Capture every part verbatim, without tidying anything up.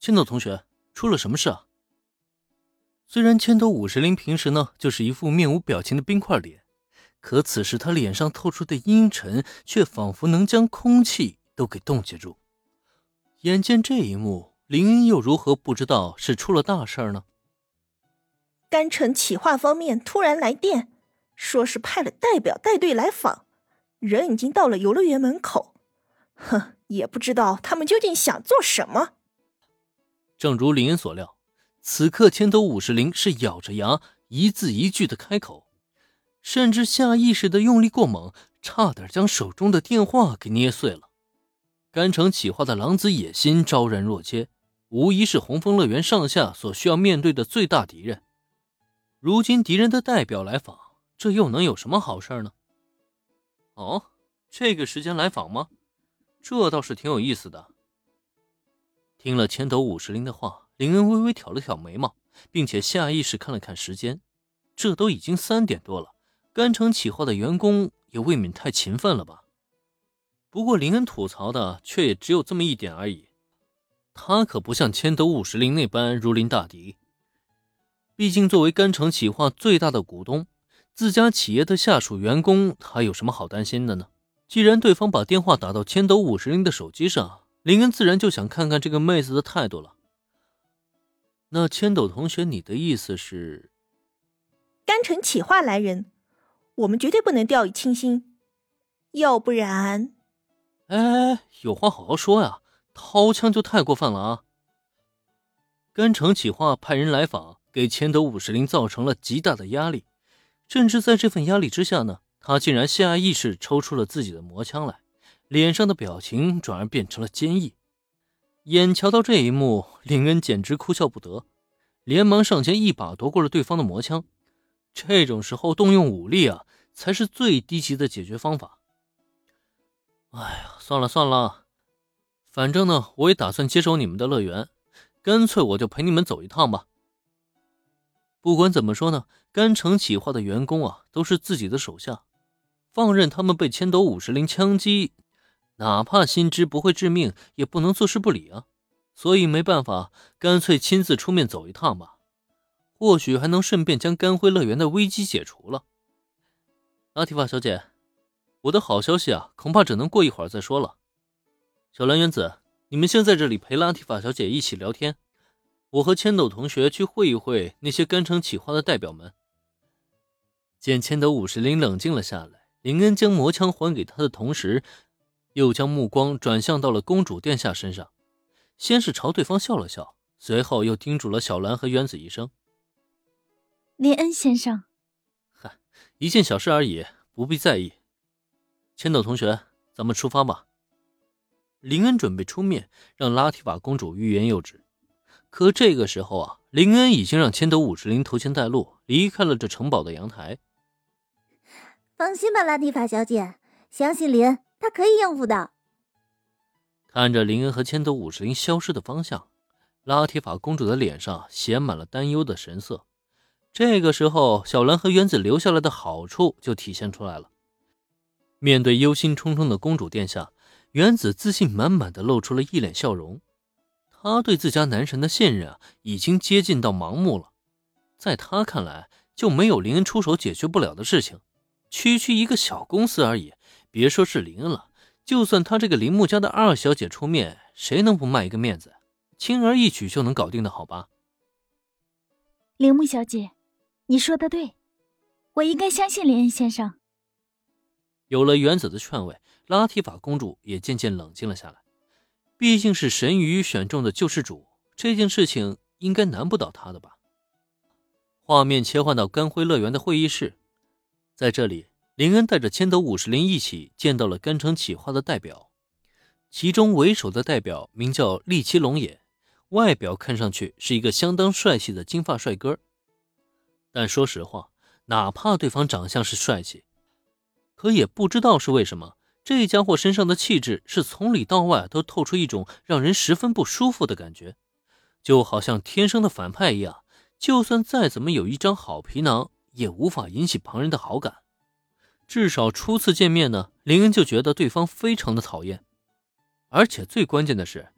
千斗同学，出了什么事啊？虽然千斗五十铃平时呢就是一副面无表情的冰块脸，可此时他脸上透出的阴沉，却仿佛能将空气都给冻结住。眼见这一幕，林恩又如何不知道是出了大事呢？ 甘城企划方面突然来电，说是派了代表带队来访，人已经到了游乐园门口。哼，也不知道他们究竟想做什么。 正如林恩所料，此刻千斗五十铃是咬着牙一字一句的开口，甚至下意识的用力过猛，差点将手中的电话给捏碎了。甘城企划的狼子野心昭然若揭，无疑是红枫乐园上下所需要面对的最大敌人。如今敌人的代表来访，这又能有什么好事呢？哦，这个时间来访吗？这倒是挺有意思的。听了千斗五十铃的话，林恩微微挑了挑眉毛，并且下意识看了看时间，这都已经三点多了，甘城企划的员工也未免太勤奋了吧。不过林恩吐槽的却也只有这么一点而已，他可不像千斗五十铃那般如临大敌。毕竟作为甘城企划最大的股东，自家企业的下属员工他有什么好担心的呢？既然对方把电话打到千斗五十铃的手机上，林恩自然就想看看这个妹子的态度了。那千斗同学，你的意思是？ 甘城企划来人，我们绝对不能掉以轻心，要不然…… 哎，有话好好说呀，掏枪就太过分了啊！甘城企划派人来访，给千斗五十铃造成了极大的压力，甚至在这份压力之下呢，他竟然下意识抽出了自己的魔枪来，脸上的表情转而变成了坚毅。眼瞧到这一幕，林恩简直哭笑不得，连忙上前一把夺过了对方的魔枪。这种时候动用武力啊，才是最低级的解决方法。哎呀，算了算了，反正呢，我也打算接手你们的乐园，干脆我就陪你们走一趟吧。不管怎么说呢，甘城企划的员工啊，都是自己的手下，放任他们被千斗五十铃枪击，哪怕心知不会致命，也不能坐视不理啊。所以没办法，干脆亲自出面走一趟吧，或许还能顺便将甘辉乐园的危机解除了。拉提法小姐，我的好消息啊，恐怕只能过一会儿再说了。小蓝原子，你们先在这里陪拉提法小姐一起聊天，我和千斗同学去会一会那些甘城企划的代表们。见千斗五十铃冷静了下来，林恩将魔枪还给他的同时，又将目光转向到了公主殿下身上，先是朝对方笑了笑，随后又叮嘱了小兰和原子一声： 林恩先生。 嗨，一件小事而已，不必在意。千斗同学，咱们出发吧。林恩准备出面让拉提法公主欲言又止，可这个时候啊，林恩已经让千斗五十铃头前带路，离开了这城堡的阳台。 放心吧，拉蒂法小姐，相信林恩，他可以应付的。 看着林恩和千斗五十铃消失的方向，拉提法公主的脸上写满了担忧的神色。这个时候，小兰和原子留下来的好处就体现出来了。面对忧心忡忡的公主殿下，原子自信满满的露出了一脸笑容。他对自家男神的信任啊，已经接近到盲目了。在他看来，就没有林恩出手解决不了的事情。区区一个小公司而已，别说是林恩了，就算他这个林木家的二小姐出面，谁能不卖一个面子？轻而易举就能搞定的好吧？ 铃木小姐，你说的对，我应该相信林恩先生。 有了原子的劝慰，拉提法公主也渐渐冷静了下来。毕竟是神鱼选中的救世主，这件事情应该难不倒她的吧。画面切换到甘辉乐园的会议室，在这里，林恩带着千斗五十铃一起见到了甘城企划的代表。其中为首的代表名叫利七龙也，外表看上去是一个相当帅气的金发帅哥。但说实话，哪怕对方长相是帅气，可也不知道是为什么，这家伙身上的气质是从里到外都透出一种让人十分不舒服的感觉，就好像天生的反派一样，就算再怎么有一张好皮囊，也无法引起旁人的好感。至少初次见面呢，林恩就觉得对方非常的讨厌。而且最关键的是，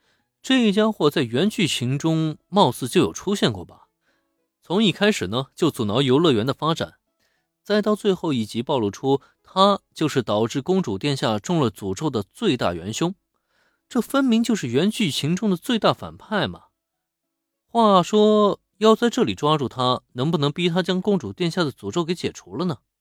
这家伙在原剧情中貌似就有出现过吧？从一开始呢，就阻挠游乐园的发展，再到最后一集暴露出他就是导致公主殿下中了诅咒的最大元凶，这分明就是原剧情中的最大反派嘛。话说，要在这里抓住他，能不能逼他将公主殿下的诅咒给解除了呢？